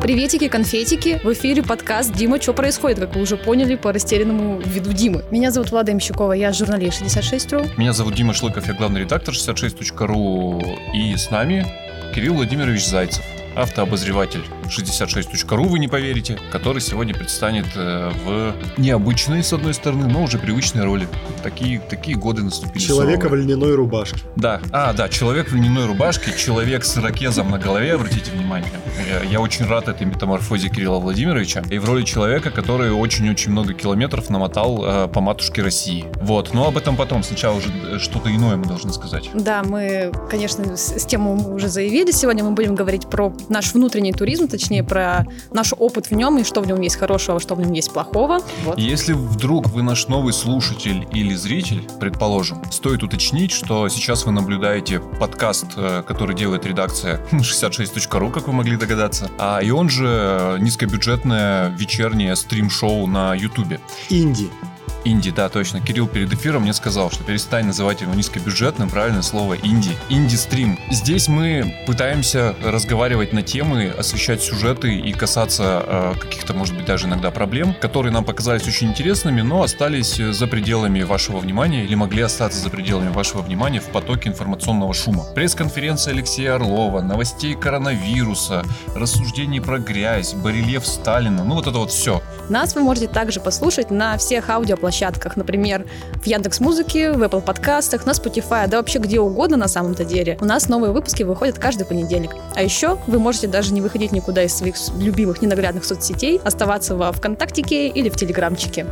Приветики, конфетики. В эфире подкаст «Дима, что происходит?», как вы уже поняли по растерянному виду Димы. Меня зовут Влада Ямщикова, я журналист 66.ru. Меня зовут Дима Шлыков, я главный редактор 66.ru. И с нами Кирилл Владимирович Зайцев, автообозреватель 66.ru, вы не поверите, который сегодня предстанет в необычной, с одной стороны, но уже привычной роли. Такие годы наступили. Человека в льняной рубашке. Да, человек в льняной рубашке, человек с ирокезом на голове, обратите внимание. Я очень рад этой метаморфозе Кирилла Владимировича. И в роли человека, который очень-очень много километров намотал по матушке России. Вот, но об этом потом. Сначала уже что-то иное мы должны сказать. Да, мы, конечно, с темой мы уже заявили. Сегодня мы будем говорить про наш внутренний туризм, точнее, про наш опыт в нем и что в нем есть хорошего, что в нем есть плохого. Вот. Если вдруг вы наш новый слушатель или зритель, предположим, стоит уточнить, что сейчас вы наблюдаете подкаст, который делает редакция 66.ru, как вы могли догадаться, и он же низкобюджетное вечернее стрим-шоу на Ютубе. Инди, да, точно. Кирилл перед эфиром мне сказал, что перестань называть его низкобюджетным, правильное слово инди. Инди-стрим. Здесь мы пытаемся разговаривать на темы, освещать сюжеты и касаться каких-то, может быть, даже иногда проблем, которые нам показались очень интересными, но остались за пределами вашего внимания или могли остаться за пределами вашего внимания в потоке информационного шума. Пресс-конференция Алексея Орлова, новостей коронавируса, рассуждений про грязь, барельеф Сталина, вот это вот все. Нас вы можете также послушать на всех аудиоплощадках, например, в Яндекс.Музыке, в Apple подкастах, на Spotify, да вообще где угодно на самом-то деле. У нас новые выпуски выходят каждый понедельник. А еще вы можете даже не выходить никуда из своих любимых ненаглядных соцсетей, оставаться во ВКонтактике или в Телеграмчике.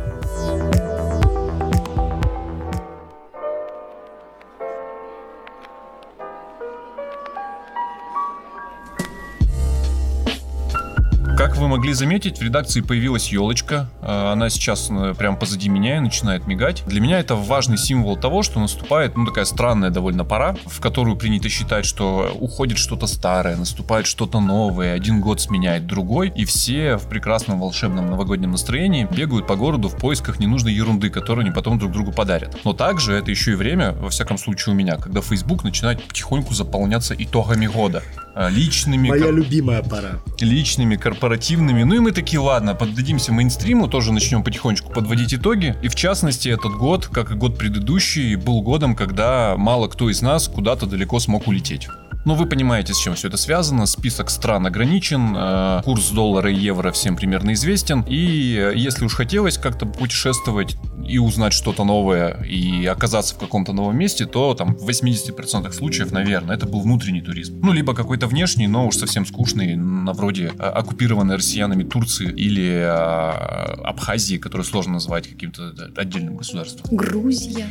Как вы могли заметить, в редакции появилась елочка. Она сейчас прям позади меня и начинает мигать. Для меня это важный символ того, что наступает такая странная довольно пора, в которую принято считать, что уходит что-то старое, наступает что-то новое, один год сменяет другой, и все в прекрасном волшебном новогоднем настроении бегают по городу в поисках ненужной ерунды, которую они потом друг другу подарят. Но также это еще и время, во всяком случае у меня, когда Facebook начинает потихоньку заполняться итогами года. Моя любимая пора. Личными, корпоративными. И мы такие, ладно, поддадимся мейнстриму, тоже начнем потихонечку подводить итоги. И в частности, этот год, как и год предыдущий, был годом, когда мало кто из нас куда-то далеко смог улететь. Вы понимаете, с чем все это связано. Список стран ограничен, курс доллара и евро всем примерно известен. И если уж хотелось как-то путешествовать и узнать что-то новое и оказаться в каком-то новом месте, то там в 80% случаев, наверное, это был внутренний туризм. Либо какой-то внешний, но уж совсем скучный, на вроде оккупированной россиянами Турции или Абхазии, которую сложно назвать каким-то отдельным государством. Грузия.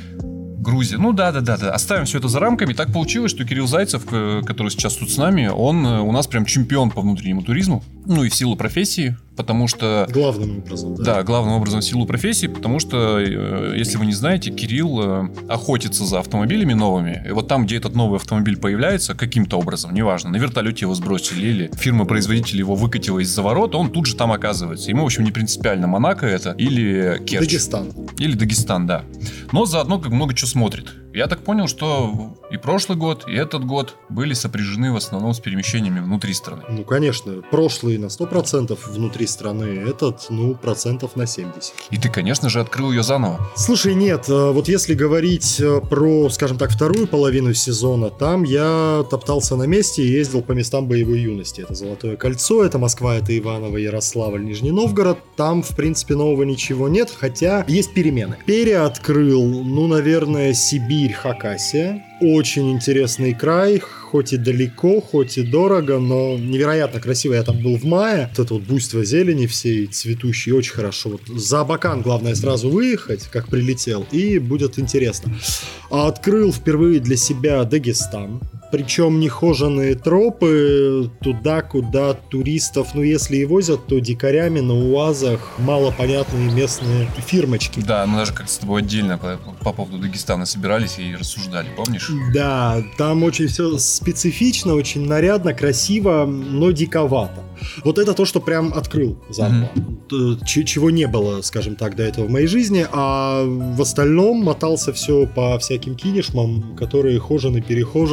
Да. Оставим все это за рамками. Так получилось, что Кирилл Зайцев, который сейчас тут с нами, он у нас прям чемпион по внутреннему туризму. И в силу профессии, потому что... Главным образом, да. Да, главным образом в силу профессии, потому что, если вы не знаете, Кирилл охотится за автомобилями новыми. И вот там, где этот новый автомобиль появляется, каким-то образом, неважно, на вертолете его сбросили или фирма-производитель его выкатила из-за ворот, он тут же там оказывается. Ему, в общем, не принципиально, Монако это или Керчь. Дагестан. Или Дагестан, да. Но заодно как много чего смотрит. Я так понял, что и прошлый год, и этот год были сопряжены в основном с перемещениями внутри страны. Конечно. Прошлый на 100% внутри страны, этот, процентов на 70%. И ты, конечно же, открыл ее заново. Слушай, нет, вот если говорить про, скажем так, вторую половину сезона, там я топтался на месте и ездил по местам боевой юности. Это Золотое кольцо, это Москва, это Иваново, Ярославль, Нижний Новгород. Там, в принципе, нового ничего нет, хотя есть перемены. Переоткрыл, наверное, Сибирь, Хакасия. Очень интересный край, хоть и далеко, хоть и дорого, но невероятно красиво. Я там был в мае. Вот это вот буйство зелени всей цветущей, очень хорошо. Вот за Абакан главное сразу выехать, как прилетел, и будет интересно. Открыл впервые для себя Дагестан. Причем нехоженные тропы туда, куда туристов, если и возят, то дикарями на УАЗах малопонятные местные фирмочки. Да, мы даже как-то с тобой отдельно по поводу Дагестана собирались и рассуждали, помнишь? Да, там очень все специфично, очень нарядно, красиво, но диковато. Вот это то, что прям открыл заново. Чего не было, скажем так, до этого в моей жизни. А в остальном мотался все по всяким кинешмам, которые хожены, перехожены.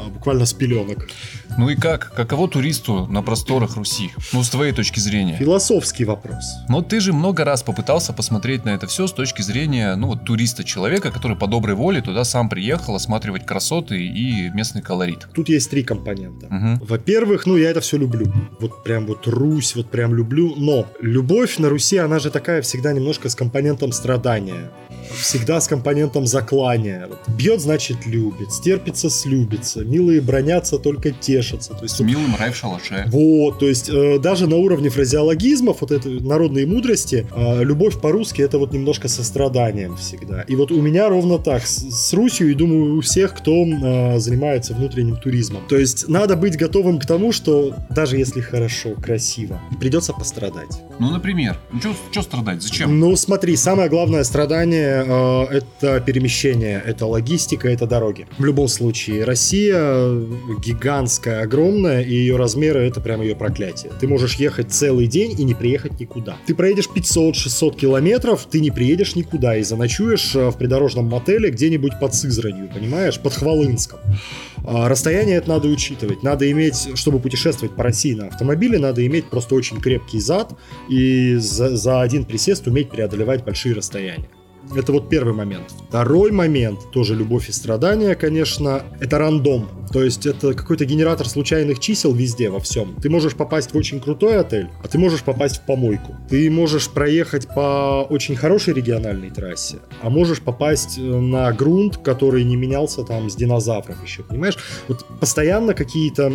буквально с пеленок. Ну и как? Каково туристу на просторах Руси? Ну, с твоей точки зрения. Философский вопрос. Но ты же много раз попытался посмотреть на это все с точки зрения, ну, вот туриста, человека, который по доброй воле туда сам приехал осматривать красоты и местный колорит. Тут есть 3 компонента. Угу. Во-первых, я это все люблю. Вот прям вот Русь, вот прям люблю. Но любовь на Руси, она же такая всегда немножко с компонентом страдания. Всегда с компонентом заклания. Вот бьет, значит, любит. Стерпится, слюбится. Милые бронятся, только тешатся. То есть, с милым рай в шалаше. Вот, то есть даже на уровне фразеологизмов, вот этой народной мудрости, любовь по-русски это вот немножко со страданием всегда. И вот у меня ровно так, с Русью, и думаю, у всех, кто занимается внутренним туризмом. То есть надо быть готовым к тому, что даже если хорошо, красиво, придется пострадать. Ну, например, что страдать? Зачем? Ну, смотри, самое главное страдание это перемещение, это логистика, это дороги. В любом случае, Россия гигантская, огромная, и ее размеры это прям ее проклятие. Ты можешь ехать целый день и не приехать никуда. Ты проедешь 500-600 километров, ты не приедешь никуда и заночуешь в придорожном мотеле где-нибудь под Сызранью, понимаешь, под Хвалынском. Расстояние это надо учитывать. Надо иметь, чтобы путешествовать по России на автомобиле, надо иметь просто очень крепкий зад и за один присест уметь преодолевать большие расстояния. Это вот первый момент. Второй момент, тоже любовь и страдания, конечно, это рандом. То есть это какой-то генератор случайных чисел везде, во всем. Ты можешь попасть в очень крутой отель, а ты можешь попасть в помойку. Ты можешь проехать по очень хорошей региональной трассе, а можешь попасть на грунт, который не менялся там с динозавров еще, понимаешь? Вот постоянно какие-то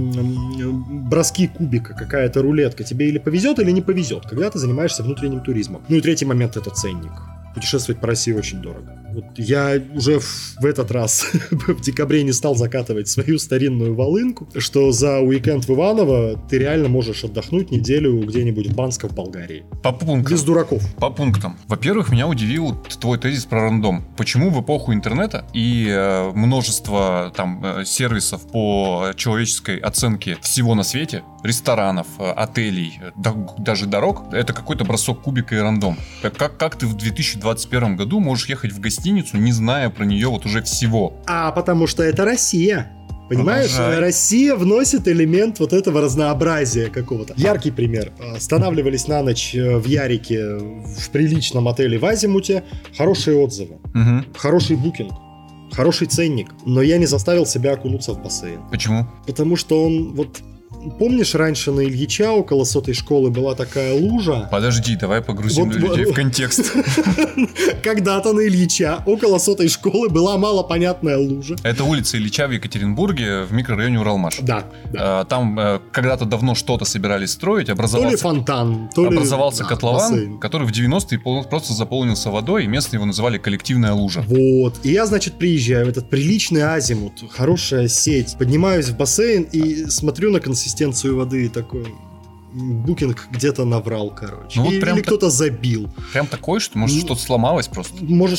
броски кубика, какая-то рулетка. Тебе или повезет, или не повезет, когда ты занимаешься внутренним туризмом. Ну и третий момент — это ценник. Путешествовать по России очень дорого. Вот я уже в этот раз в декабре не стал закатывать свою старинную волынку, что за уикенд в Иваново ты реально можешь отдохнуть неделю где-нибудь в Банске в Болгарии. По пунктам. Без дураков. По пунктам. Во-первых, меня удивил твой тезис про рандом. Почему в эпоху интернета и множества там сервисов по человеческой оценке всего на свете, ресторанов, отелей, даже дорог, это какой-то бросок кубика и рандом? Как ты в 2021 году можешь ехать в гостиницу, не зная про нее вот уже всего? Потому что это Россия. Понимаешь, Россия вносит элемент вот этого разнообразия какого-то. Яркий пример. Останавливались на ночь в Ярике в приличном отеле в Азимуте. Хорошие отзывы. Хороший букинг. Хороший ценник. Но я не заставил себя окунуться в бассейн. Почему? Потому что он вот... Помнишь, раньше на Ильича около 100-й школы была такая лужа? Подожди, давай погрузим людей в контекст. Когда-то на Ильича около 100-й школы была малопонятная лужа. Это улица Ильича в Екатеринбурге, в микрорайоне Уралмаш. Да. Там когда-то давно что-то собирались строить, то ли фонтан, то ли... Образовался котлован, который в 90-е просто заполнился водой, и местные его называли коллективная лужа. Вот. И я, значит, приезжаю в этот приличный азимут, хорошая сеть, поднимаюсь в бассейн и смотрю на консистенцию воды и такой... Букинг где-то наврал, короче. Ну, вот или кто-то забил. Прям такой, что может что-то сломалось просто? Может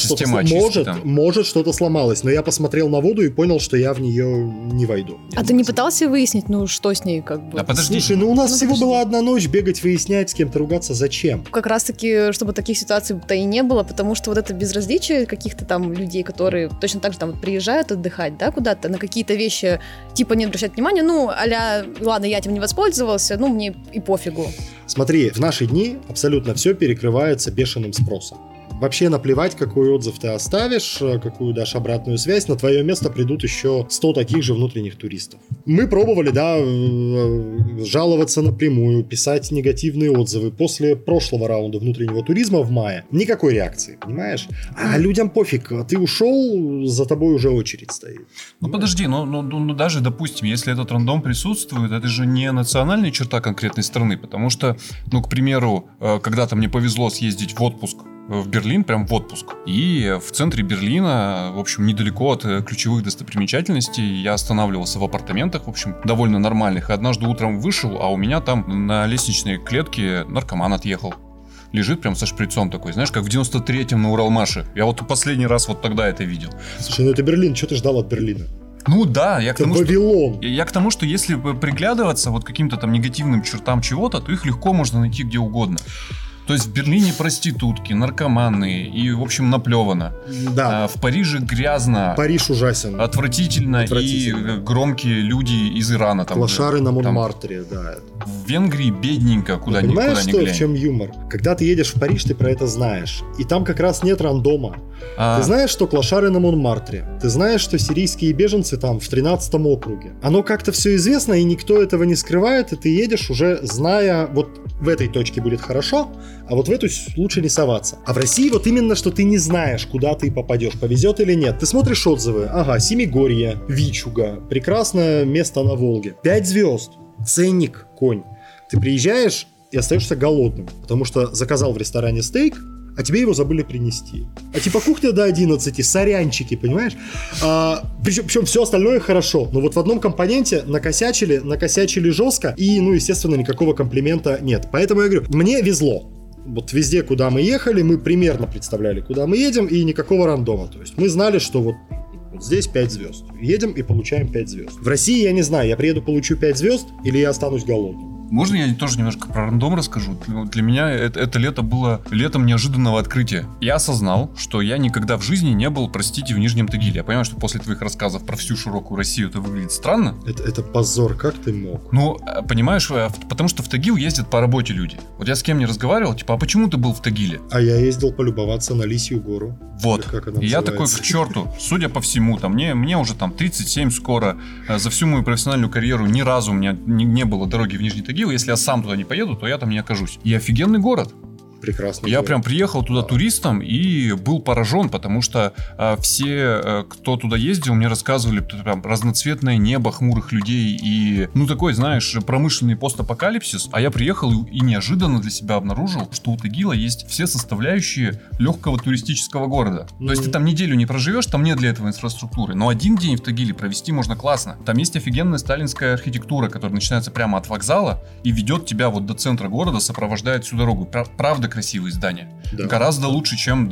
что-то сломалось, но я посмотрел на воду и понял, что я в нее не войду. Ты не пытался выяснить, что с ней как бы? Подожди. Слушай, у нас всего была одна ночь, бегать, выяснять, с кем-то ругаться, зачем? Как раз-таки, чтобы таких ситуаций-то и не было, потому что вот это безразличие каких-то там людей, которые точно так же там приезжают отдыхать, да, куда-то, на какие-то вещи, типа не обращать внимания, а-ля, ладно, я этим не воспользовался, мне и пофигу. Смотри, в наши дни абсолютно все перекрывается бешеным спросом. Вообще наплевать, какой отзыв ты оставишь, какую дашь обратную связь, на твое место придут еще 100 таких же внутренних туристов. Мы пробовали, жаловаться напрямую, писать негативные отзывы. После прошлого раунда внутреннего туризма в мае никакой реакции, понимаешь? А людям пофиг, ты ушел, за тобой уже очередь стоит. Подожди, даже, допустим, если этот рандом присутствует, это же не национальная черта конкретной страны, потому что, к примеру, когда-то мне повезло съездить в отпуск в Берлин, прям в отпуск. И в центре Берлина, в общем, недалеко от ключевых достопримечательностей, я останавливался в апартаментах, в общем, довольно нормальных. И однажды утром вышел, а у меня там на лестничной клетке наркоман отъехал. Лежит прям со шприцом такой, знаешь, как в 93-м на Уралмаше. Я вот последний раз вот тогда это видел. Слушай, это Берлин, что ты ждал от Берлина? Да, я к тому, Вавилон. Я к тому, что если приглядываться вот к каким-то там негативным чертам чего-то, то их легко можно найти где угодно. То есть в Берлине проститутки, наркоманы и, в общем, наплевано. Да. В Париже грязно. Париж ужасен. Отвратительно. И громкие люди из Ирана. Там, клошары на Монмартре, да. В Венгрии бедненько, куда ни глянь. Понимаешь, что, в чем юмор? Когда ты едешь в Париж, ты про это знаешь. И там как раз нет рандома. Ты знаешь, что клошары на Монмартре. Ты знаешь, что сирийские беженцы там в 13-м округе. Оно как-то все известно, и никто этого не скрывает, и ты едешь уже зная, вот в этой точке будет хорошо, а вот в эту лучше не соваться. А в России вот именно, что ты не знаешь, куда ты попадешь, повезет или нет. Ты смотришь отзывы. Ага, Семигорье, Вичуга, прекрасное место на Волге. 5 звезд. Ценник, конь. Ты приезжаешь и остаешься голодным, потому что заказал в ресторане стейк, а тебе его забыли принести. А типа кухня до 11, сорянчики, понимаешь? Причем все остальное хорошо, но вот в одном компоненте накосячили жестко, и, ну, естественно, никакого комплимента нет. Поэтому я говорю, мне везло. Вот везде, куда мы ехали, мы примерно представляли, куда мы едем, и никакого рандома. То есть мы знали, что вот здесь 5 звезд. Едем и получаем 5 звезд. В России я не знаю, я приеду, получу 5 звезд, или я останусь голодным. Можно я тоже немножко про рандом расскажу? Для меня это лето было летом неожиданного открытия. Я осознал, что я никогда в жизни не был, простите, в Нижнем Тагиле. Я понимаю, что после твоих рассказов про всю широкую Россию это выглядит странно. Это позор, как ты мог? Ну, понимаешь, потому что в Тагил ездят по работе люди. Вот я с кем не разговаривал, типа, а почему ты был в Тагиле? А я ездил полюбоваться на Лисью гору. Вот. И я такой, к черту, судя по всему, там, мне уже там 37 скоро. За всю мою профессиональную карьеру ни разу у меня не было дороги в Нижний Тагил. Если я сам туда не поеду, то я там не окажусь. И офигенный город. Прекрасный Я город. прям приехал туда туристом и был поражен, потому что все, кто туда ездил, мне рассказывали прям разноцветное небо хмурых людей и, ну, такой, знаешь, промышленный постапокалипсис. А я приехал и неожиданно для себя обнаружил, что у Тагила есть все составляющие легкого туристического города. То есть ты там неделю не проживешь, там нет для этого инфраструктуры, но один день в Тагиле провести можно классно. Там есть офигенная сталинская архитектура, которая начинается прямо от вокзала и ведет тебя вот до центра города, сопровождает всю дорогу. Правда красивые здания. Да. Гораздо лучше, чем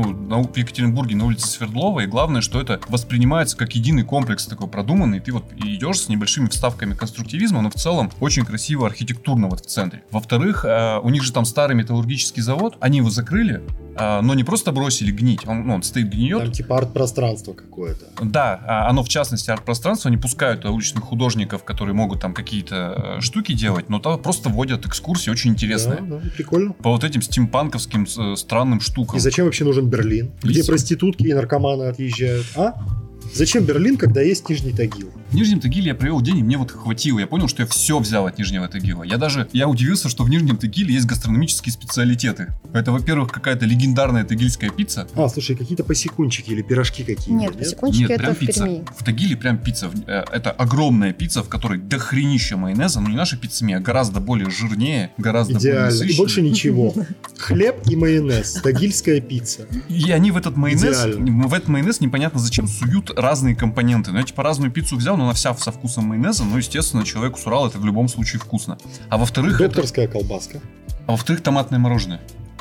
в Екатеринбурге на улице Свердлова. И главное, что это воспринимается как единый комплекс такой продуманный. Ты вот идешь с небольшими вставками конструктивизма, но в целом очень красиво архитектурно вот в центре. Во-вторых, у них же там старый металлургический завод. Они его закрыли, но не просто бросили гнить. Он стоит, гниет. Там типа арт-пространство какое-то. Да, оно в частности арт-пространство. Они пускают уличных художников, которые могут там какие-то штуки делать, но там просто вводят экскурсии очень интересные. Да, прикольно. По вот этим стимпанковским странным штукам. И зачем вообще нужен Берлин? Где проститутки и наркоманы отъезжают? Зачем Берлин, когда есть Нижний Тагил? В Нижнем Тагиле я провел день, и мне вот хватило. Я понял, что я все взял от Нижнего Тагила. Я удивился, что в Нижнем Тагиле есть гастрономические специалитеты. Это, во-первых, какая-то легендарная тагильская пицца. Слушай, какие-то посекунчики или пирожки какие-то. Нет, посекунчики это прям в пицца. Перми. В Тагиле прям пицца. Это огромная пицца, в которой дохренища майонеза. Но не наша пицца, а гораздо более жирнее, гораздо более насыщеннее. И больше ничего. Хлеб и майонез. Тагильская пицца. И они в этот майонез непонятно зачем суют разные компоненты. Ну, я типа разную пиццу взял, но она вся со вкусом майонеза. Ну, естественно, человеку с Урала это в любом случае вкусно. А во-вторых... Докторская колбаска. А во-вторых, томатное мороженое.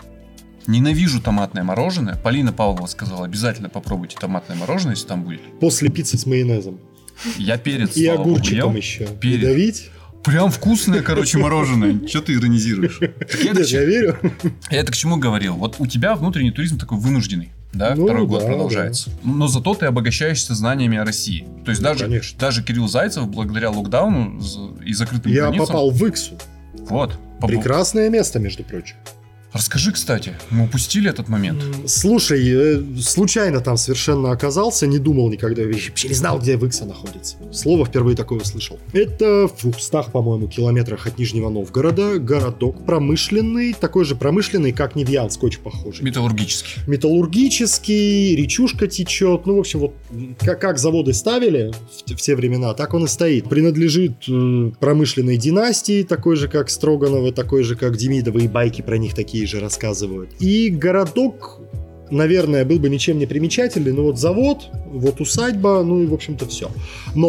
Ненавижу томатное мороженое. Полина Павлова сказала, обязательно попробуйте томатное мороженое, если там будет. После пиццы с майонезом. Я перец, и огурчиком еще. Перец. Давить. Прям вкусное, мороженое. Че ты иронизируешь? Я верю. Я это к чему говорил? Вот у тебя внутренний туризм такой вынужденный. Да, второй год продолжается. Да. Но зато ты обогащаешься знаниями о России. То есть даже Кирилл Зайцев, благодаря локдауну и закрытым границам... Я попал в Иксу. Вот. Прекрасное место, между прочим. Расскажи, кстати, мы упустили этот момент. Слушай, случайно там совершенно оказался, не думал никогда, вообще не знал, где Икса находится. Слово впервые такое услышал. Это в 200, по-моему, километрах от Нижнего Новгорода, городок промышленный, такой же промышленный, как Невьянск, очень похожий. Металлургический, речушка течет, ну, в общем, вот как заводы ставили в те времена, так он и стоит. Принадлежит промышленной династии, такой же, как Строгановы, такой же, как Демидовы, и байки про них такие же рассказывают. И городок, наверное, был бы ничем не примечательный, но вот завод, вот усадьба, ну и, в общем-то, все. Но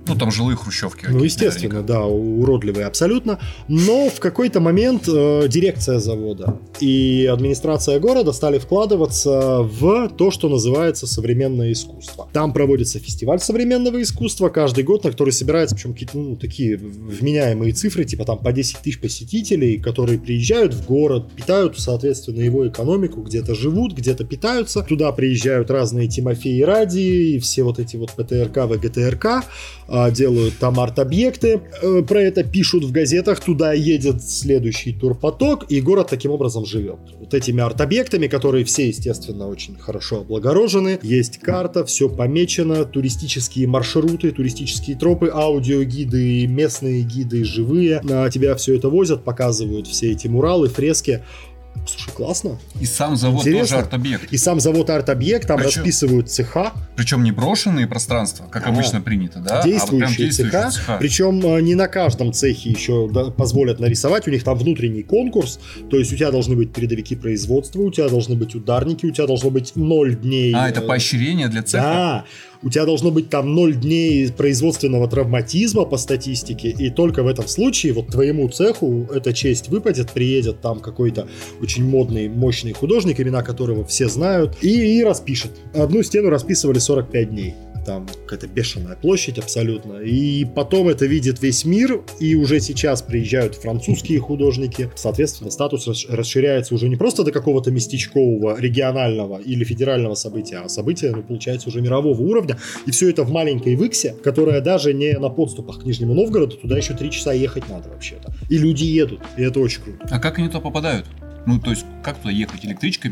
Ну, там жилые хрущевки. Ну, естественно, да, уродливые абсолютно. Но в какой-то момент дирекция завода и администрация города стали вкладываться в то, что называется современное искусство. Там проводится фестиваль современного искусства каждый год, на который собираются, причем какие-то такие вменяемые цифры, типа там по 10 тысяч посетителей, которые приезжают в город, питают, соответственно, его экономику, где-то живут, где-то питаются. Туда приезжают разные Тимофеи Ради и все вот эти вот ПТРК, ВГТРК, делают там арт-объекты, про это пишут в газетах, туда едет следующий турпоток, и город таким образом живет. Вот этими арт-объектами, которые все, естественно, очень хорошо облагорожены, есть карта, все помечено, туристические маршруты, туристические тропы, аудиогиды, местные гиды живые, на тебя все это возят, показывают все эти муралы, фрески. Слушай, классно. И сам завод интересно. Тоже арт-объект. И сам завод арт-объект, там расписывают цеха. Причем не брошенные пространства, как обычно принято, да? Действующие цеха. Причем не на каждом цехе еще позволят нарисовать. У них там внутренний конкурс. То есть у тебя должны быть передовики производства, у тебя должны быть ударники, у тебя должно быть 0 дней. Это поощрение для цеха? Да. У тебя должно быть там 0 дней производственного травматизма по статистике, и только в этом случае вот твоему цеху эта честь выпадет, приедет там какой-то очень модный, мощный художник, имена которого все знают, и распишет. Одну стену расписывали 45 дней. Там какая-то бешеная площадь абсолютно. И потом это видит весь мир, и уже сейчас приезжают французские художники. Соответственно, статус расширяется уже не просто до какого-то местечкового, регионального или федерального события, а события, получается, уже мирового уровня. И все это в маленькой Выксе, которая даже не на подступах к Нижнему Новгороду, туда еще 3 часа ехать надо вообще-то. И люди едут, и это очень круто. А как они туда попадают? Ну, то есть, как туда ехать? Электричками?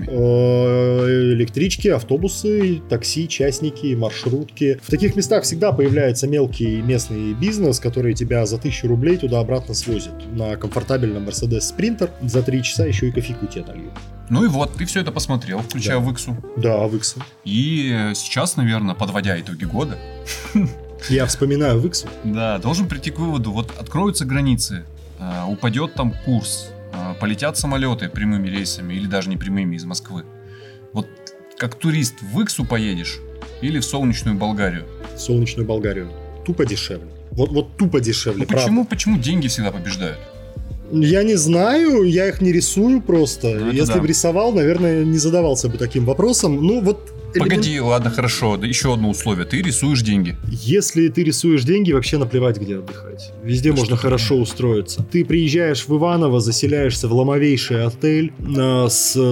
Электрички, автобусы, такси, частники, маршрутки. В таких местах всегда появляется мелкий местный бизнес, который тебя за 1000 рублей туда-обратно свозит. На комфортабельном Mercedes Sprinter за 3 часа еще и кофейку тебе нальют. Ну и вот, ты все это посмотрел, включая Выксу. Да, Выксу. И сейчас, наверное, подводя итоги года... Я вспоминаю Выксу. Да, должен прийти к выводу, вот откроются границы, упадет там курс, полетят самолеты прямыми рейсами или даже не прямыми из Москвы. Вот как турист в Иксу поедешь или в солнечную Болгарию? В солнечную Болгарию. Тупо дешевле. Вот тупо дешевле. Ну почему деньги всегда побеждают? Я не знаю, я их не рисую просто. Если бы рисовал, наверное, не задавался бы таким вопросом. Ну вот. Погоди, ладно, хорошо. Да еще одно условие. Ты рисуешь деньги. Если ты рисуешь деньги, вообще наплевать, где отдыхать. Везде можно хорошо устроиться. Ты приезжаешь в Иваново, заселяешься в ломовейший отель с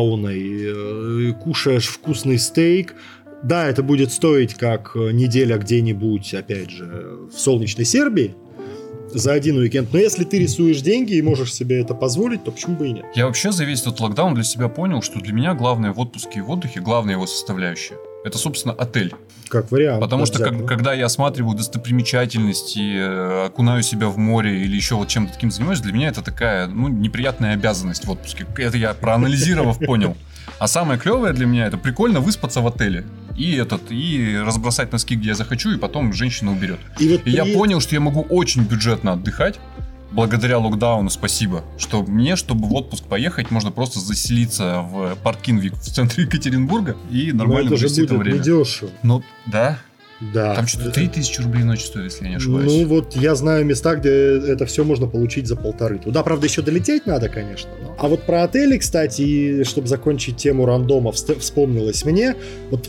сауной, кушаешь вкусный стейк. Да, это будет стоить как неделя где-нибудь, опять же, в солнечной Сербии за один уикенд. Но если ты рисуешь деньги и можешь себе это позволить, то почему бы и нет? Я вообще за весь этот локдаун для себя понял, что для меня главное в отпуске и в отдыхе, главная его составляющая — это, собственно, отель. Как вариант. Потому что когда я осматриваю достопримечательности, окунаю себя в море или еще вот чем-то таким занимаюсь, для меня это такая, неприятная обязанность в отпуске. Это я проанализировав понял. А самое клевое для меня — это прикольно выспаться в отеле. И разбросать носки, где я захочу, и потом женщина уберет. И я понял, что я могу очень бюджетно отдыхать. Благодаря локдауну, спасибо. Что мне, чтобы в отпуск поехать, можно просто заселиться в паркинвик в центре Екатеринбурга и нормально провести это время. Это будет недешево. Ну, да. Да. Там что-то 3000 рублей в ночь стоит, если я не ошибаюсь. Ну вот я знаю места, где это все можно получить за 1500. Туда, правда, еще долететь надо, конечно. А вот про отели, кстати, чтобы закончить тему рандома, вспомнилось мне, вот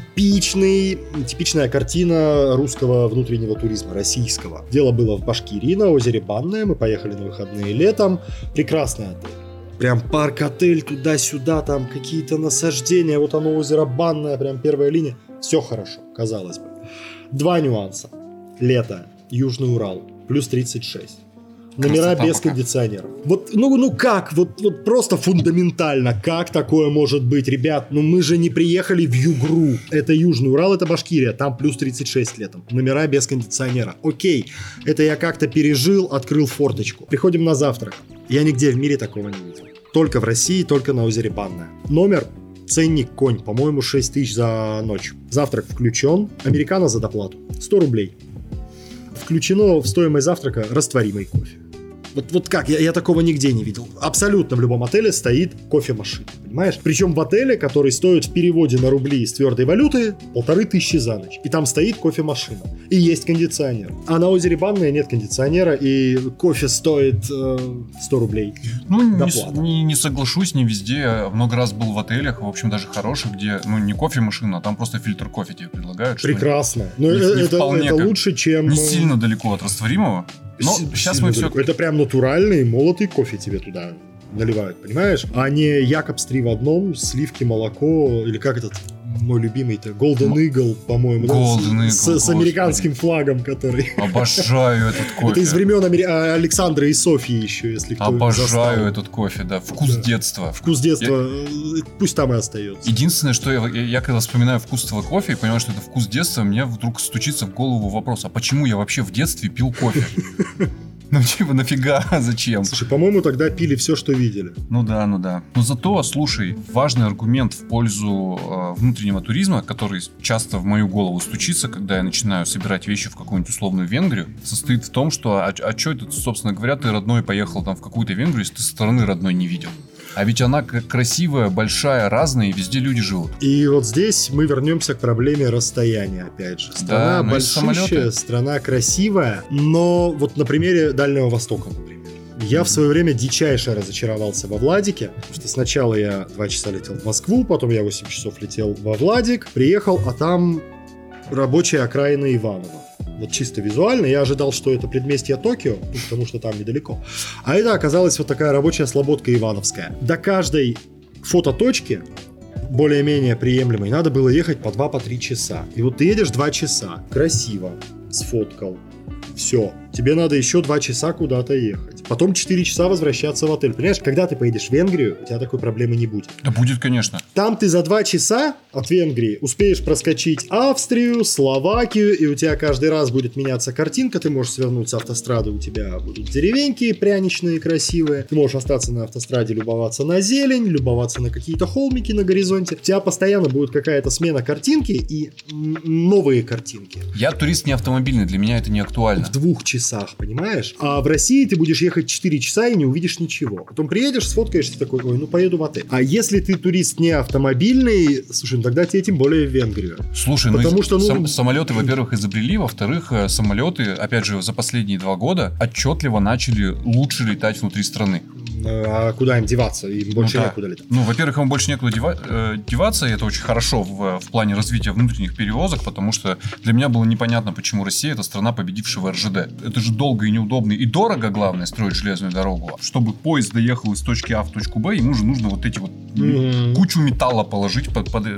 типичная картина русского внутреннего туризма, российского. Дело было в Башкирии, на озере Банное, мы поехали на выходные летом. Прекрасный отель. Прям парк-отель, туда-сюда, там какие-то насаждения, вот оно озеро Банное, прям первая линия. Все хорошо, казалось бы. 2 нюанса. Лето, Южный Урал, плюс 36. Номера без кондиционеров. Вот, как? Вот просто фундаментально. Как такое может быть? Ребят, мы же не приехали в Югру. Это Южный Урал, это Башкирия. Там плюс 36 летом. Номера без кондиционера. Окей. Это я как-то пережил, открыл форточку. Приходим на завтрак. Я нигде в мире такого не видел. Только в России, только на озере Банное. Номер, ценник конь, по-моему, 6 тысяч за ночь. Завтрак включен, американо за доплату. 100 рублей. Включено в стоимость завтрака растворимый кофе. Вот как? Я такого нигде не видел. Абсолютно в любом отеле стоит кофемашина. понимаешь? Причем в отеле, который стоит в переводе на рубли из твердой валюты 1500 за ночь. И там стоит кофемашина. И есть кондиционер. А на озере Банное нет кондиционера, и кофе стоит 100 рублей. Ну, не соглашусь, не везде. Я много раз был в отелях, в общем, даже хороших, где, ну, не кофемашина, а там просто фильтр кофе тебе предлагают. Прекрасно. Но это лучше, чем... Не сильно далеко от растворимого. Но сейчас мы все... Это прям натуральный молотый кофе тебе туда наливают, понимаешь? А не Якобс 3 в одном, сливки, молоко, или как этот... Мой любимый-то, Golden Eagle, по-моему, Golden Eagle, с американским флагом, который... Обожаю этот кофе. Это из времен Александра и Софьи еще, если кто Обожаю этот кофе, да. Вкус детства. Вкус детства, пусть там и остается. Единственное, что я когда вспоминаю вкус этого кофе и понимаю, что это вкус детства, мне вдруг стучится в голову вопрос, а почему я вообще в детстве пил кофе? Ну типа нафига, зачем? Слушай, по-моему, тогда пили все, что видели. Ну да. Но зато, слушай, важный аргумент в пользу внутреннего туризма, который часто в мою голову стучится, когда я начинаю собирать вещи в какую-нибудь условную Венгрию, состоит в том, что а что это, собственно говоря, ты родной поехал там в какую-то Венгрию, если ты со стороны родной не видел? А ведь она красивая, большая, разная, и везде люди живут. И вот здесь мы вернемся к проблеме расстояния, опять же. Страна большущая, страна красивая, но вот на примере Дальнего Востока, например. Я в свое время дичайше разочаровался во Владике, потому что сначала я 2 часа летел в Москву, потом я 8 часов летел во Владик, приехал, а там рабочая окраина Иваново. Вот чисто визуально, я ожидал, что это предместье Токио, потому что там недалеко. А это оказалась вот такая рабочая слободка ивановская. До каждой фототочки, более-менее приемлемой, надо было ехать по 2-3 часа. И вот ты едешь 2 часа, красиво, сфоткал, все. Тебе надо еще 2 часа куда-то ехать. Потом 4 часа возвращаться в отель. Понимаешь, когда ты поедешь в Венгрию, у тебя такой проблемы не будет. Да будет, конечно. Там ты за 2 часа от Венгрии успеешь проскочить Австрию, Словакию, и у тебя каждый раз будет меняться картинка. Ты можешь свернуть с автострады, у тебя будут деревеньки пряничные, красивые. Ты можешь остаться на автостраде, любоваться на зелень, любоваться на какие-то холмики на горизонте. У тебя постоянно будет какая-то смена картинки и новые картинки. Я турист не автомобильный, для меня это не актуально. В 2 часах, понимаешь? А в России ты будешь ехать 4 часа и не увидишь ничего. Потом приедешь, сфоткаешься такой, ой, ну поеду в отель. А если ты турист не автомобильный, слушай, ну тогда тебе тем более в Венгрию. Слушай, потому что самолеты, во-первых, изобрели, во-вторых, самолеты, опять же, за последние 2 года отчетливо начали лучше летать внутри страны. А куда им деваться? Им больше некуда летать. Ну, во-первых, им больше некуда деваться, и это очень хорошо в плане развития внутренних перевозок, потому что для меня было непонятно, почему Россия — это страна, победившая в РЖД. Это же долго и неудобно, и дорого, главное, строить железную дорогу. Чтобы поезд доехал из точки А в точку Б, ему же нужно вот эти вот кучу металла положить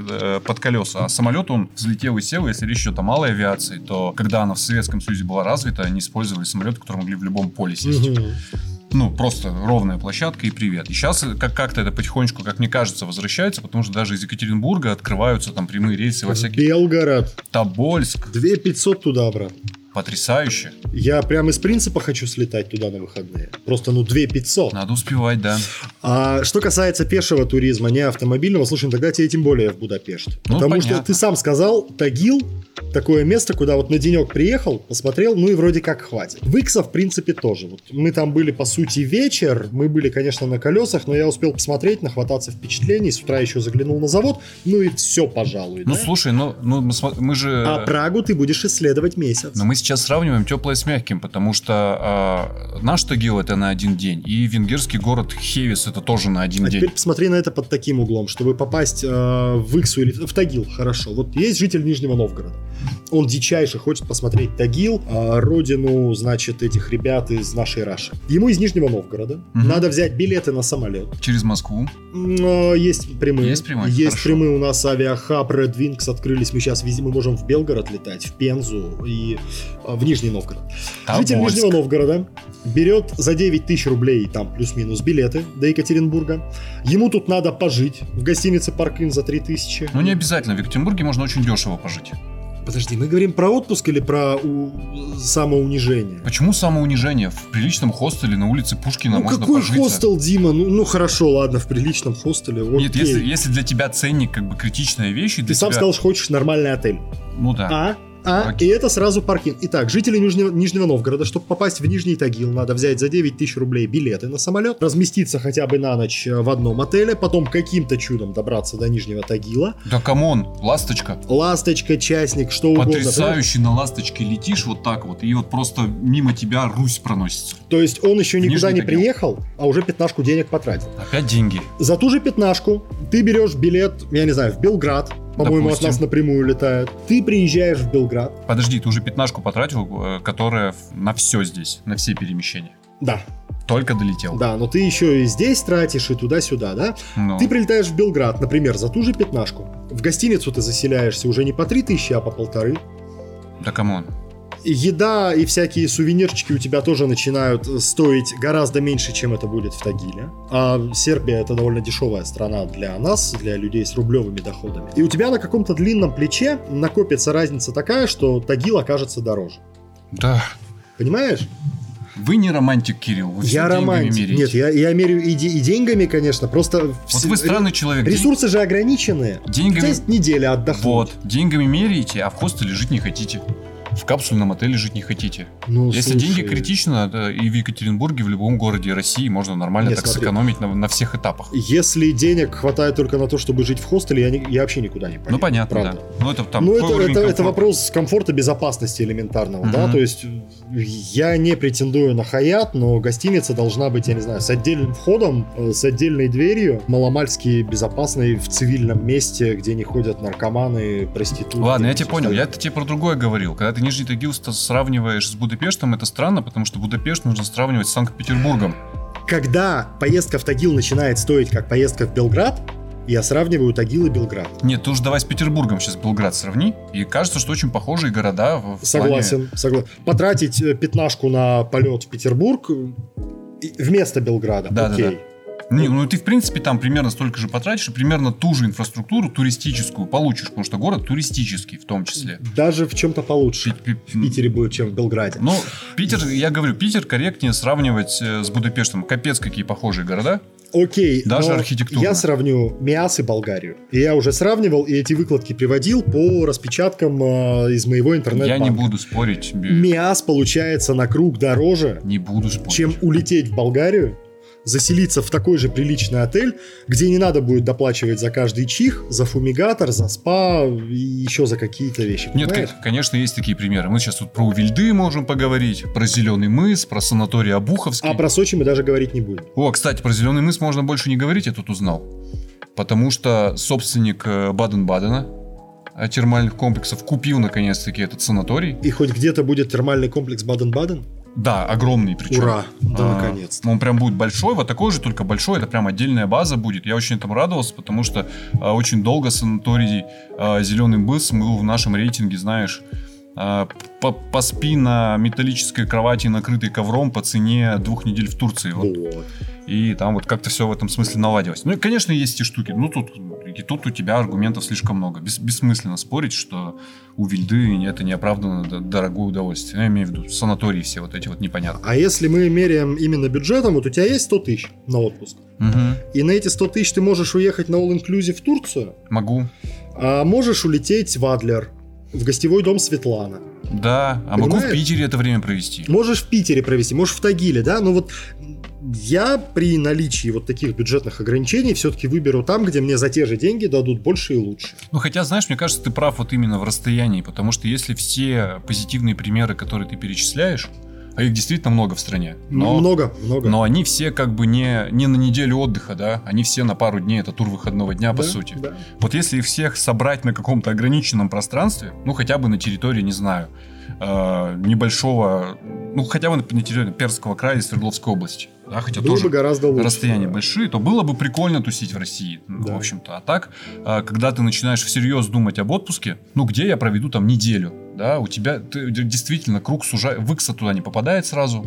под колеса. А самолет, он взлетел и сел. Если речь идет о малой авиации, то когда она в Советском Союзе была развита, они использовали самолеты, которые могли в любом поле сесть. Ну, просто ровная площадка и привет. И сейчас как-то это потихонечку, как мне кажется, возвращается, потому что даже из Екатеринбурга открываются там прямые рейсы во всякие... Белгород. Тобольск. 2500 туда-обратно. Потрясающе. Я прям из принципа хочу слетать туда на выходные. Просто, 2500. Надо успевать, да. А что касается пешего туризма, не автомобильного, слушай, тогда тебе тем более в Будапешт. Ну, потому понятно. что ты сам сказал, Тагил такое место, куда вот на денек приехал, посмотрел, ну и вроде как хватит. Выкса, в принципе, тоже. Вот мы там были, по сути, вечер. Мы были, конечно, на колесах, но я успел посмотреть, нахвататься впечатлений. С утра еще заглянул на завод. Ну и все, пожалуй. Ну, да? Слушай, мы же... А Прагу ты будешь исследовать месяц. Но мы сейчас сравниваем теплое с мягким, потому что наш Тагил — это на 1 день, и венгерский город Хевис — это тоже на 1 день. Теперь посмотри на это под таким углом, чтобы попасть в Иксу или в Тагил, хорошо. Вот есть житель Нижнего Новгорода. Он дичайше хочет посмотреть Тагил, родину, значит, этих ребят из нашей Раши. Ему из Нижнего Новгорода надо взять билеты на самолет. Через Москву? Есть прямые. Есть прямые? Есть Хорошо. прямые. У нас авиахаб Red Wings открылись. Мы сейчас мы можем в Белгород летать, в Пензу и в Нижний Новгород. Тобольск. Житель Нижнего Новгорода берет за 9000 рублей, там плюс-минус билеты до Екатеринбурга. Ему тут надо пожить в гостинице Парк-Ин за 3000. Ну, не обязательно. В Екатеринбурге можно очень дешево пожить. Подожди, мы говорим про отпуск или про самоунижение? Почему самоунижение? В приличном хостеле на улице Пушкина можно какой пожиться. хостел, Дима? Ну хорошо, ладно, в приличном хостеле. Окей. Нет, если для тебя ценник как бы критичная вещь... Ты сам сказал, что хочешь нормальный отель. Ну да. И это сразу паркинг. Итак, жители Нижнего Новгорода, чтобы попасть в Нижний Тагил, надо взять за 9 тысяч рублей билеты на самолет, разместиться хотя бы на ночь в одном отеле, потом каким-то чудом добраться до Нижнего Тагила. Да камон, ласточка. Ласточка, частник, что угодно. Потрясающе на ласточке летишь вот так вот, и вот просто мимо тебя Русь проносится. То есть он еще никуда не приехал, а уже 15 денег потратил. Опять деньги. За ту же 15 ты берешь билет, я не знаю, в Белград. По-моему, от нас напрямую летает. Ты приезжаешь в Белград. Подожди, ты уже 15 потратил, которая на все здесь, на все перемещения. Да. Только долетел. Да, но ты еще и здесь тратишь, и туда-сюда, да? Ну. Ты прилетаешь в Белград, например, за ту же 15. В гостиницу ты заселяешься уже не по 3000, а по 1500. Да камон. Еда и всякие сувенирчики у тебя тоже начинают стоить гораздо меньше, чем это будет в Тагиле. А Сербия — это довольно дешевая страна для нас, для людей с рублевыми доходами. И у тебя на каком-то длинном плече накопится разница такая, что Тагил окажется дороже. Да. Понимаешь? Вы не романтик, Кирилл, вы я романтик. Меряете. Нет, я меряю и деньгами, конечно, просто... Вот вы странный человек. Ресурсы же ограниченные. Деньгами... У тебя есть неделя отдохнуть. Вот, деньгами меряете, а в хостеле жить не хотите. В капсульном отеле жить не хотите. Ну, если слушай... деньги критично, да, и в Екатеринбурге, в любом городе России можно нормально сэкономить на всех этапах. Если денег хватает только на то, чтобы жить в хостеле, я вообще никуда не поеду. Ну, понятно, правда. Да. Ну, это там это вопрос комфорта, безопасности элементарного, да, то есть я не претендую на Хаят, но гостиница должна быть, я не знаю, с отдельным входом, с отдельной дверью, маломальски безопасной в цивильном месте, где не ходят наркоманы, проститутки. Ладно, я тебя понял, я тебе про другое говорил. Когда ты Нижний Тагил сравниваешь с Будапештом, это странно, потому что Будапешт нужно сравнивать с Санкт-Петербургом. Когда поездка в Тагил начинает стоить как поездка в Белград, я сравниваю Тагил и Белград. Нет, ты уж давай с Петербургом сейчас Белград сравни. И кажется, что очень похожие города. Согласен. Потратить 15 на полет в Петербург вместо Белграда. Да, окей. Да. Ну ты в принципе там примерно столько же потратишь, и примерно ту же инфраструктуру туристическую получишь, потому что город туристический в том числе. Даже в чем-то получше в Питере будет, чем в Белграде. Ну, Питер, я говорю, Питер корректнее сравнивать с Будапештом. Капец, какие похожие города. Окей, даже архитектура. Я сравню Миас и Болгарию. И я уже сравнивал, и эти выкладки приводил по распечаткам из моего интернет-банка. Я не буду спорить. Миас получается на круг дороже, не буду спорить, чем улететь в Болгарию, заселиться в такой же приличный отель, где не надо будет доплачивать за каждый чих, за фумигатор, за спа и еще за какие-то вещи. Нет, конечно, есть такие примеры. Мы сейчас тут про Увильды можем поговорить, про Зеленый мыс, про санаторий Обуховский. А про Сочи мы даже говорить не будем. О, кстати, про Зеленый мыс можно больше не говорить, я тут узнал. Потому что собственник Баден-Бадена термальных комплексов купил наконец-таки этот санаторий. И хоть где-то будет термальный комплекс Баден-Баден? Да, огромный причем. Ура, да наконец-то. Он прям будет большой, вот такой же, только большой, это прям отдельная база будет. Я очень этому радовался, потому что очень долго санаторий Зеленый мыс был в нашем рейтинге, знаешь, поспи на металлической кровати, накрытой ковром по цене 2 недель в Турции. Вот. И там вот как-то все в этом смысле наладилось. Ну и, конечно, есть эти штуки. Ну, тут у тебя аргументов слишком много. Бессмысленно спорить, что у Вильды это неоправданно дорогое удовольствие. Я имею в виду санатории все вот эти вот непонятные. А если мы меряем именно бюджетом, вот у тебя есть 100 тысяч на отпуск. Угу. И на эти 100 тысяч ты можешь уехать на all-inclusive в Турцию. Могу. А можешь улететь в Адлер, в гостевой дом Светлана. Да, а понимаешь? Могу в Питере это время провести. Можешь в Питере провести, можешь в Тагиле, да, но вот я при наличии вот таких бюджетных ограничений все-таки выберу там, где мне за те же деньги дадут больше и лучше. Ну, хотя, знаешь, мне кажется, ты прав вот именно в расстоянии, потому что если все позитивные примеры, которые ты перечисляешь, а их действительно много в стране. Много. Но они все как бы не на неделю отдыха, да, они все на пару дней, это тур выходного дня, по сути. Да. Вот если их всех собрать на каком-то ограниченном пространстве, ну, хотя бы на территории, не знаю, небольшого, ну, хотя бы на территории Пермского края и Свердловской области, да, хотя было тоже бы гораздо лучше, расстояния большие, то было бы прикольно тусить в России, в общем-то. А так, когда ты начинаешь всерьез думать об отпуске, ну, где я проведу там неделю, да, у тебя действительно круг сужается, выкса туда не попадает сразу.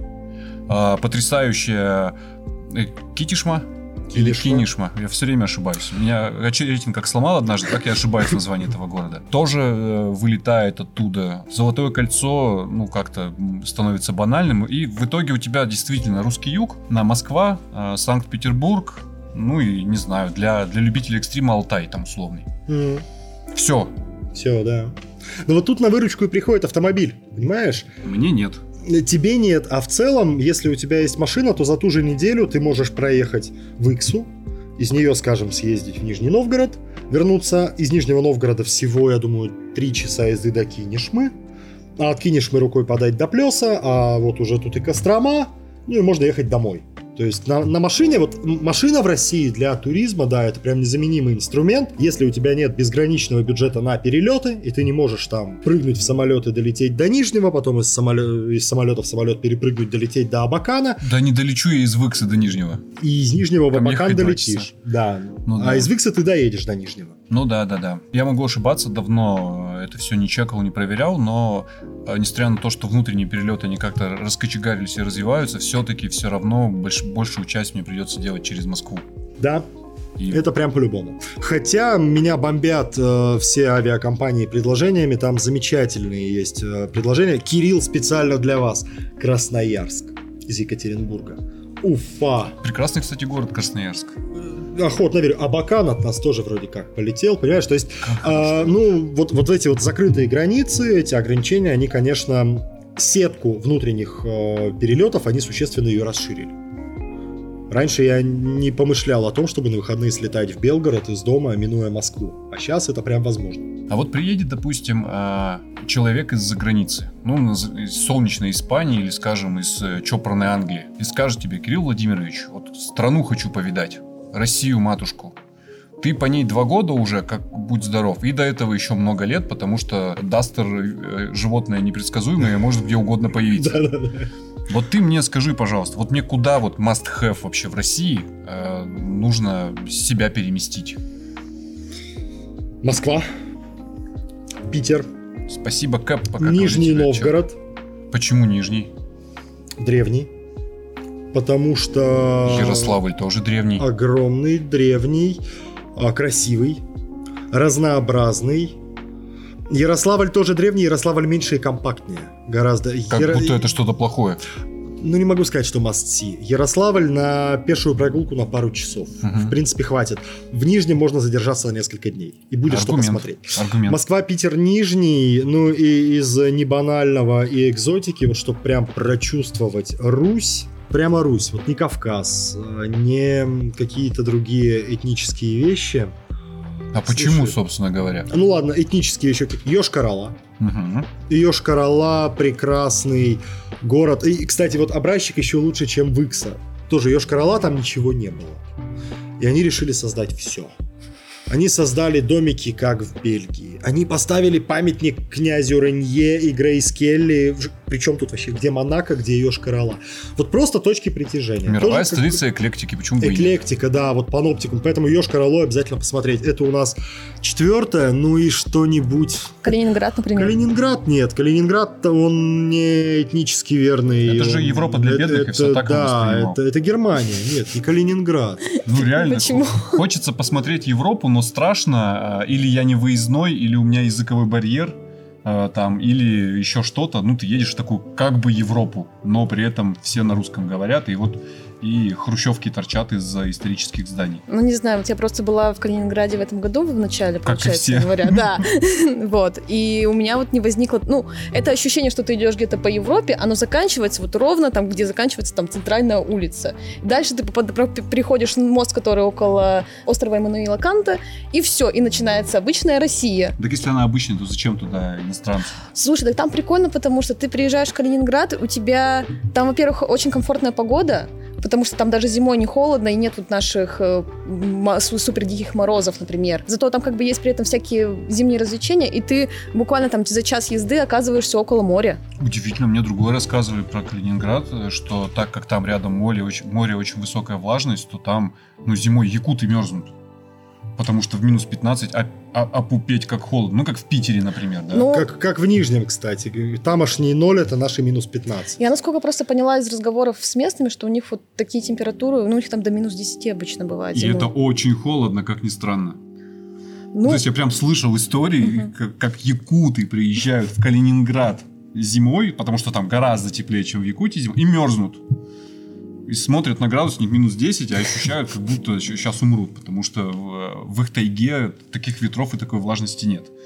Потрясающая Китишма или Кинишма, я все время ошибаюсь. Меня рейтинг как сломал однажды, так я ошибаюсь в названии этого города. Тоже вылетает оттуда. Золотое кольцо, ну, как-то становится банальным. И в итоге у тебя действительно русский юг, на Москва, Санкт-Петербург, ну и, не знаю, для любителей экстрима Алтай там условный. Все, да. Но вот тут на выручку и приходит автомобиль, понимаешь? Мне нет. Тебе нет, а в целом, если у тебя есть машина, то за ту же неделю ты можешь проехать в Иксу, из нее, скажем, съездить в Нижний Новгород, вернуться из Нижнего Новгорода всего, я думаю, 3 часа езды до Кинешмы, а от Кинешмы рукой подать до Плеса, а вот уже тут и Кострома, ну и можно ехать домой. То есть на машине, вот машина в России для туризма, да, это прям незаменимый инструмент. Если у тебя нет безграничного бюджета на перелеты, и ты не можешь там прыгнуть в самолет и долететь до Нижнего, потом из самолета в самолет перепрыгнуть, долететь до Абакана. Да не долечу я из Выкса до Нижнего. И из Нижнего в Абакан долетишь. Да. Ну, да. А из Выкса ты доедешь до Нижнего. Ну да. Я могу ошибаться, давно это все не чекал, не проверял, но несмотря на то, что внутренние перелеты они как-то раскочегарились и развиваются, все-таки все равно большую часть мне придется делать через Москву. Да, это прям по-любому. Хотя меня бомбят все авиакомпании предложениями, там замечательные есть предложения. Кирилл, специально для вас. Красноярск из Екатеринбурга. Уфа. Прекрасный, кстати, город Красноярск. Охотно верю. Абакан от нас тоже вроде как полетел, понимаешь? То есть, вот эти вот закрытые границы, эти ограничения, они, конечно, сетку внутренних перелетов, они существенно ее расширили. Раньше я не помышлял о том, чтобы на выходные слетать в Белгород из дома, минуя Москву. А сейчас это прям возможно. А вот приедет, допустим, человек из-за границы, ну, из солнечной Испании или, скажем, из чопорной Англии, и скажет тебе: Кирилл Владимирович, вот страну хочу повидать, Россию, матушку. Ты по ней 2 года уже, как будь здоров, и до этого еще много лет, потому что Дастер животное непредсказуемое, может где угодно появиться. Да-да-да. Вот ты мне скажи, пожалуйста, вот мне куда вот must have вообще в России нужно себя переместить? Москва, Питер, Спасибо, Кэп, пока. Нижний Новгород. Почему Нижний? Древний. Потому что... Ярославль тоже древний. Огромный, древний, красивый, разнообразный. Ярославль тоже древний, Ярославль меньше и компактнее. Гораздо. Как будто это что-то плохое. Ну, не могу сказать, что must see. Ярославль на пешую прогулку на пару часов. В принципе, хватит. В Нижнем можно задержаться на несколько дней. И будет что посмотреть. Москва, Питер, Нижний. Ну, и из небанального и экзотики, вот чтобы прям прочувствовать Русь. Прямо Русь. Вот не Кавказ, не какие-то другие этнические вещи. А почему, собственно говоря? Ну ладно, этнические еще. Йошкар-Ола. Йошкар-Ола прекрасный город. И, кстати, вот образчик еще лучше, чем Выкса. Тоже Йошкар-Ола, там ничего не было. И они решили создать все. Они создали домики, как в Бельгии. Они поставили памятник князю Ренье и Грейс Келли. Причем тут вообще, где Монако, где Йошкар-Ола. Вот просто точки притяжения. Мировая столица эклектики, почему бы и нет? Эклектика, да, вот паноптикум. Поэтому Йошкар-Олу обязательно посмотреть. Это у нас 4-е, ну и что-нибудь. Калининград, например. Калининград нет. Калининград, он не этнически верный. Это же Европа для бедных, и все так его воспринимал. Да, это Германия, нет, не Калининград. Ну реально, Почему? Хочется посмотреть Европу, но страшно. Или я не выездной, или у меня языковой барьер. Там, или еще что-то, ну, ты едешь в такую, как бы, Европу, но при этом все на русском говорят, и вот и хрущевки торчат из-за исторических зданий. Ну, не знаю, вот я просто была в Калининграде в этом году, в начале, получается говоря, да, вот, и у меня вот не возникло, ну, это ощущение, что ты идешь где-то по Европе, оно заканчивается вот ровно там, где заканчивается там центральная улица. Дальше ты приходишь на мост, который около острова Эммануила Канта, и все, и начинается обычная Россия. Так если она обычная, то зачем туда иностранцы? Слушай, так там прикольно, потому что ты приезжаешь в Калининград, у тебя там, во-первых, очень комфортная погода, потому что там даже зимой не холодно, и нет вот наших супер диких морозов, например. Зато там как бы есть при этом всякие зимние развлечения, и ты буквально там за час езды оказываешься около моря. Удивительно, мне другое рассказывали про Калининград, что так как там рядом море очень высокая влажность, то там, ну, зимой якуты мерзнут. Потому что в минус 15, а пупеть как холодно. Ну, как в Питере, например, да? Ну, как в Нижнем, кстати. Тамошний 0 — это наши минус 15. Я насколько просто поняла из разговоров с местными, что у них вот такие температуры, ну, у них там до минус 10 обычно бывает. И это очень холодно, как ни странно. Ну, то есть я прям слышал истории, как якуты приезжают в Калининград зимой, потому что там гораздо теплее, чем в Якутии зимой, и мерзнут. И смотрят на градусник минус 10, а ощущают, как будто сейчас умрут, потому что в их тайге таких ветров и такой влажности нет.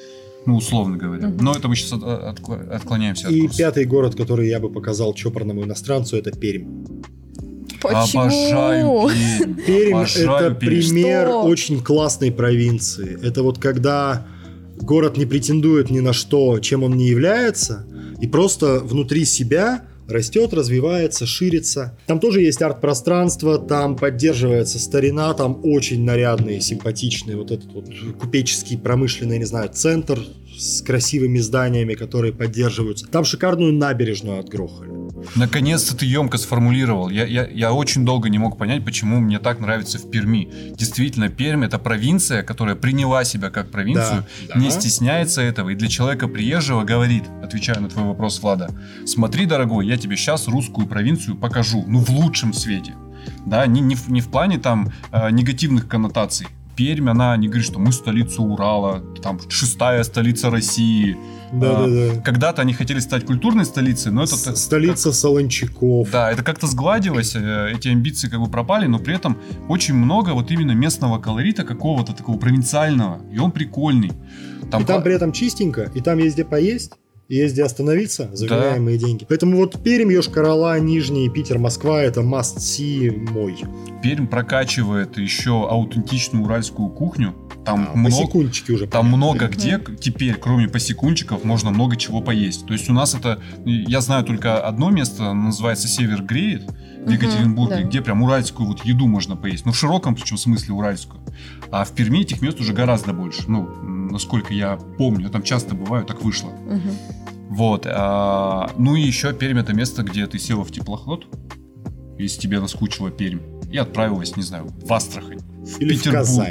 Ну, условно говоря. Но это мы сейчас отклоняемся от И курса. 5-й город, который я бы показал чопорному иностранцу, это Пермь. Почему? Обожаю Пермь. Пермь Обожаю это Пермь. пример Что? очень классной провинции. Это вот когда город не претендует ни на что, чем он не является, и просто внутри себя растет, развивается, ширится. Там тоже есть арт-пространство, там поддерживается старина, там очень нарядный, симпатичный вот этот вот купеческий, промышленный, не знаю, центр с красивыми зданиями, которые поддерживаются. Там шикарную набережную отгрохали. Наконец-то ты емко сформулировал. Я очень долго не мог понять, почему мне так нравится в Перми. Действительно, Пермь — это провинция, которая приняла себя как провинцию, Да, не да. стесняется этого, и для человека приезжего говорит, отвечая на твой вопрос, Влада, смотри, дорогой, я тебе сейчас русскую провинцию покажу, ну в лучшем свете. Да, не в плане там негативных коннотаций. Пермь, она не говорит, что мы столица Урала, там 6-я столица России. Да-да-да. Когда-то они хотели стать культурной столицей, но это... Столица Солончаков. Да, это как-то сгладилось, эти амбиции как бы пропали, но при этом очень много вот именно местного колорита какого-то такого провинциального, и он прикольный. И там при этом чистенько, и там есть где поесть, и есть где остановиться за Да. вменяемые деньги. Поэтому вот Пермь, Йошкар-Ола, Нижний, Питер, Москва — это must-see мой. Пермь прокачивает еще аутентичную уральскую кухню. Там По секундчике уже. Там понятно. много где теперь, кроме посекунчиков, можно много чего поесть. То есть у нас это... Я знаю только одно место, называется Север Греет в Екатеринбурге, да. где прям уральскую вот еду можно поесть. Ну, в широком причем смысле уральскую. А в Перми этих мест уже гораздо больше. Ну, насколько я помню, я там часто бываю, так вышло. Вот. Ну и еще Пермь — это место, где ты села в теплоход, если тебе наскучила Пермь, и отправилась, не знаю, в Астрахань, в Или в Петербург. Казань.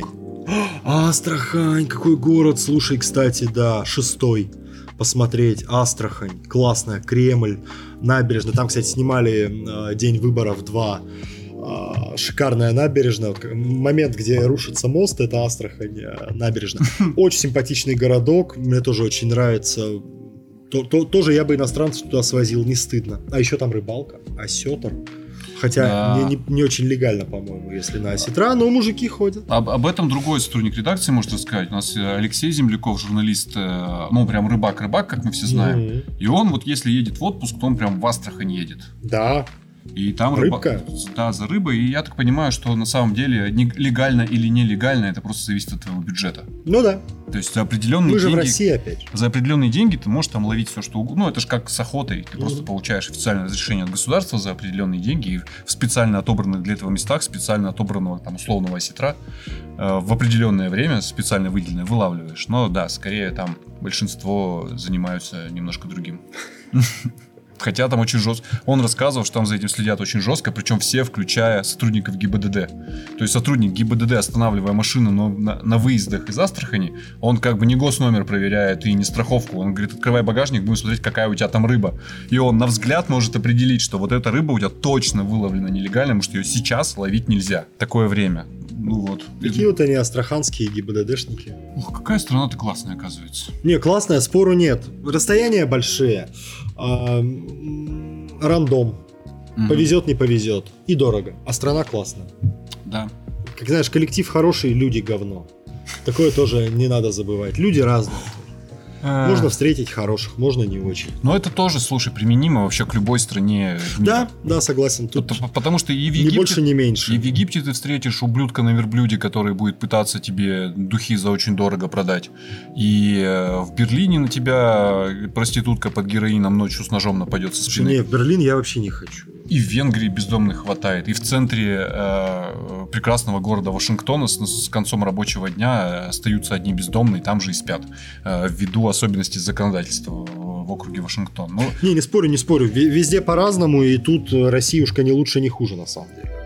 Астрахань, какой город, слушай, кстати, да, 6-й. Посмотреть, Астрахань, классная, Кремль, набережная. Там, кстати, снимали День выборов 2. Шикарная набережная. Момент, где рушится мост, это Астрахань, набережная. Очень симпатичный городок, мне тоже очень нравится. Тоже я бы иностранцев туда свозил, не стыдно. А еще там рыбалка, осетр. Хотя Да. не очень легально, по-моему, если на осетра, но мужики ходят. Об этом другой сотрудник редакции может рассказать. У нас Алексей Земляков, журналист, ну прям рыбак-рыбак, как мы все знаем. И он вот если едет в отпуск, то он прям в Астрахань едет. Да. И там Рыбка? Да, за рыбой. И я так понимаю, что на самом деле легально или нелегально, это просто зависит от твоего бюджета. Ну да. То есть за определенные Мы же деньги... в России опять. За определенные деньги ты можешь там ловить все, что угодно. Ну, это же как с охотой. Ты просто получаешь официальное разрешение от государства за определенные деньги. И в специально отобранных для этого местах, специально отобранного там условного осетра в определенное время, специально выделенное, вылавливаешь. Но да, скорее там большинство занимаются немножко другим. Хотя там очень жестко. Он рассказывал, что там за этим следят очень жестко, причем все, включая сотрудников ГИБДД. То есть сотрудник ГИБДД, останавливая машину на выездах из Астрахани, он как бы не госномер проверяет и не страховку. Он говорит, открывай багажник, будем смотреть, какая у тебя там рыба. И он на взгляд может определить, что вот эта рыба у тебя точно выловлена нелегально, потому что ее сейчас ловить нельзя. Такое время. Ну вот. Какие вот они астраханские ГИБДДшники. Ох, какая страна-то классная, оказывается. Не, классная, спору нет. Расстояния большие. Рандом. Повезет, не повезет. И дорого. А страна классная. Да. Как знаешь, коллектив хороший, люди говно. Такое тоже не надо забывать. Люди разные. Можно встретить хороших, можно не очень. Но это тоже, слушай, применимо вообще к любой стране мира. Да, согласен. Тут Потому что и в ни Египте... больше, ни меньше. И в Египте ты встретишь ублюдка на верблюде, который будет пытаться тебе духи за очень дорого продать. И в Берлине на тебя проститутка под героином ночью с ножом нападет со спины. Не, в Берлин я вообще не хочу. И в Венгрии бездомных хватает. И в центре прекрасного города Вашингтона с концом рабочего дня остаются одни бездомные, там же и спят. Ввиду особенностей законодательства в округе Вашингтон. Ну, Не спорю, не спорю. Везде по-разному, и тут Россиюшка не лучше, не хуже, на самом деле.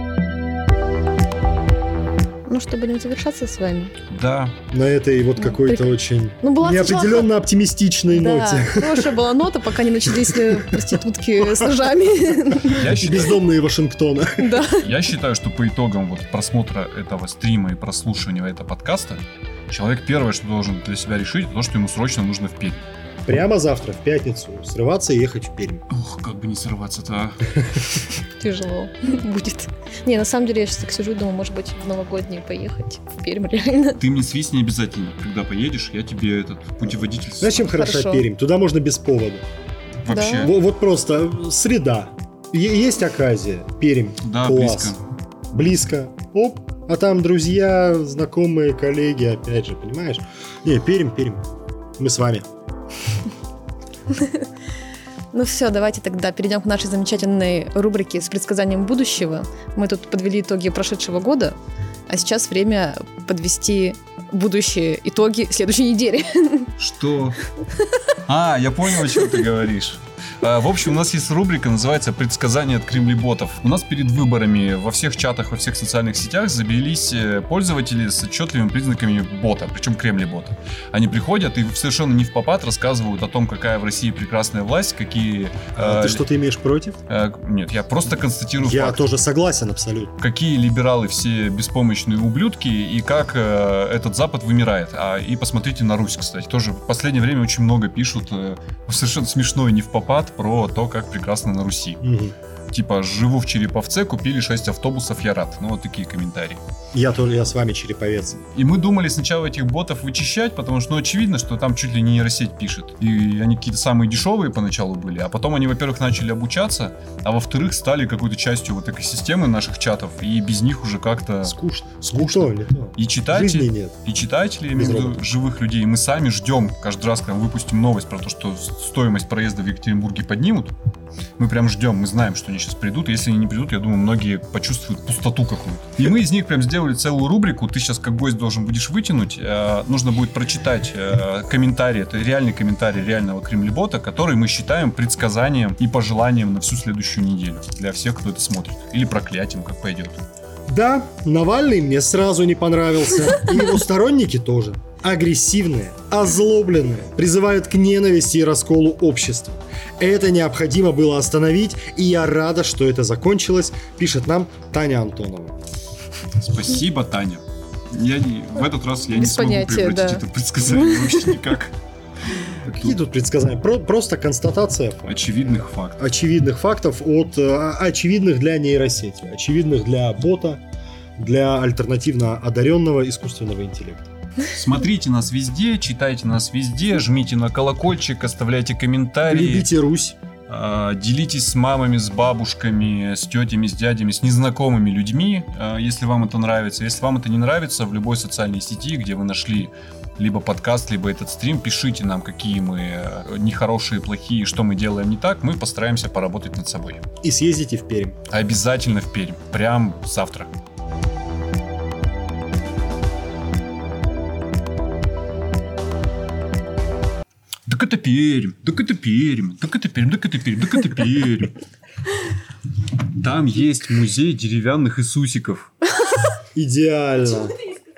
Ну что, будем завершаться с вами? да. На этой вот какой-то очень была неопределенно оптимистичной Да, ноте. хорошая была нота, пока не начались проститутки с ножами. Я считаю, Бездомные Вашингтона. Да. Я считаю, что по итогам вот просмотра этого стрима и прослушивания этого подкаста человек первое, что должен для себя решить, то, что ему срочно нужно в Пермь. Прямо завтра, в пятницу, срываться и ехать в Пермь. Ох, как бы не сорваться-то. тяжело будет. Не, на самом деле, я сейчас так сижу и думаю, может быть, в новогодние поехать в Пермь реально. Ты мне свистни обязательно, когда поедешь, я тебе этот путеводитель... Знаешь, чем хороша Хорошо. Пермь? Туда можно без повода. Вообще. Да. Вот просто среда. Есть оказия. Пермь. Да, Класс. Близко. Оп. А там друзья, знакомые, коллеги, опять же, понимаешь? Не, Пермь. Мы с вами. Ну все, давайте тогда перейдем к нашей замечательной рубрике с предсказанием будущего. Мы тут подвели итоги прошедшего года, а сейчас время подвести будущие итоги следующей недели. Что? Я понял, о чем ты говоришь. В общем, у нас есть рубрика, называется «Предсказания от кремлеботов». У нас перед выборами во всех чатах, во всех социальных сетях забились пользователи с отчетливыми признаками бота, причем кремлебота. Они приходят и совершенно не впопад рассказывают о том, какая в России прекрасная власть, какие... Ты что-то имеешь против? Нет, я просто констатирую Я факт. тоже согласен абсолютно. Какие либералы все беспомощные ублюдки и как этот Запад вымирает. И посмотрите на Русь, кстати. Тоже в последнее время очень много пишут совершенно смешно и не впопад про то, как прекрасно на Руси. Мгм. Типа, живу в Череповце, купили 6 автобусов, я рад. Ну, вот такие комментарии. Я с вами череповец. И мы думали сначала этих ботов вычищать, потому что, очевидно, что там чуть ли не нейросеть пишет. И они какие-то самые дешевые поначалу были, а потом они, во-первых, начали обучаться, а во-вторых, стали какой-то частью вот экосистемы наших чатов, и без них уже как-то... Скучно. Скучно. Не то. И Жизни нет. читатели, я имею Без в виду роботов. живых людей, мы сами ждем каждый раз, когда мы выпустим новость про то, что стоимость проезда в Екатеринбурге поднимут. Мы прям ждем, мы знаем, что они сейчас придут. И если они не придут, я думаю, многие почувствуют пустоту какую-то. И мы из них прям сделали целую рубрику. Ты сейчас как гость должен будешь вытянуть. Нужно будет прочитать комментарий. Это реальный комментарий реального кремлебота, который мы считаем предсказанием и пожеланием на всю следующую неделю. Для всех, кто это смотрит. Или проклятием, как пойдет. Да, Навальный мне сразу не понравился. И его сторонники тоже. Агрессивные, озлобленные, призывают к ненависти и расколу общества. Это необходимо было остановить, и я рада, что это закончилось, пишет нам Таня Антонова. Спасибо, Таня. В этот раз я не Без смогу понятия, превратить да. это в предсказание вообще никак. Какие тут предсказания? Просто констатация фактов. Очевидных фактов. Очевидных фактов от очевидных для нейросети, очевидных для бота, для альтернативно одаренного искусственного интеллекта. Смотрите нас везде, читайте нас везде, жмите на колокольчик, оставляйте комментарии. Любите Русь. Делитесь с мамами, с бабушками, с тетями, с дядями, с незнакомыми людьми, если вам это нравится. Если вам это не нравится, в любой социальной сети, где вы нашли либо подкаст, либо этот стрим, пишите нам, какие мы нехорошие, плохие, что мы делаем не так. Мы постараемся поработать над собой. И съездите в Пермь. Обязательно в Пермь. Прям завтра. Так это Пермь, так это Пермь, так это Пермь, так это Пермь, так это Пермь. Там есть музей деревянных Иисусиков. Идеально.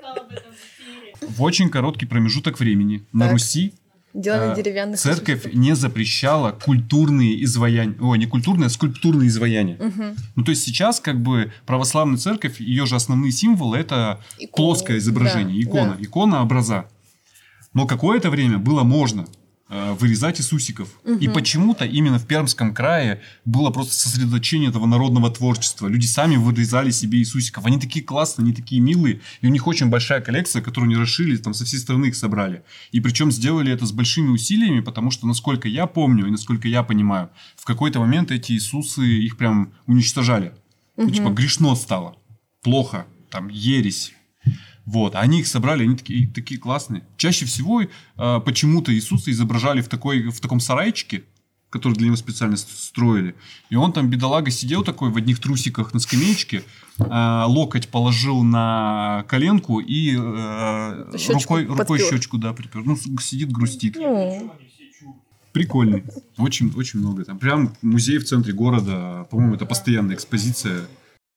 В очень короткий промежуток времени на Так. Руси Делали деревянных церковь Иисусиков. не запрещала культурные изваяния. Ой, не культурные, а скульптурные изваяния. Мгм. Ну, то есть сейчас как бы православная церковь, ее же основные символы — это Иконы. плоское изображение, Да, икона, да. икона образа. Но какое-то время было можно вырезать Иисусиков. И почему-то именно в Пермском крае было просто сосредоточение этого народного творчества. Люди сами вырезали себе Иисусиков. Они такие классные, они такие милые. И у них очень большая коллекция, которую они расширили, там со всей страны их собрали. И причем сделали это с большими усилиями, потому что, насколько я помню и насколько я понимаю, в какой-то момент эти Иисусы их прям уничтожали. Ну, типа, грешно стало. Плохо. Там, ересь. Вот, а они их собрали, они такие классные. Чаще всего почему-то Иисуса изображали в таком сарайчике, который для него специально строили. И он там, бедолага, сидел такой в одних трусиках на скамеечке, локоть положил на коленку и Щечку рукой подпер. щечку, да, припер. Ну, сидит, грустит. Ну, Прикольный. Очень, очень много там. Прям музей в центре города. По-моему, это постоянная экспозиция.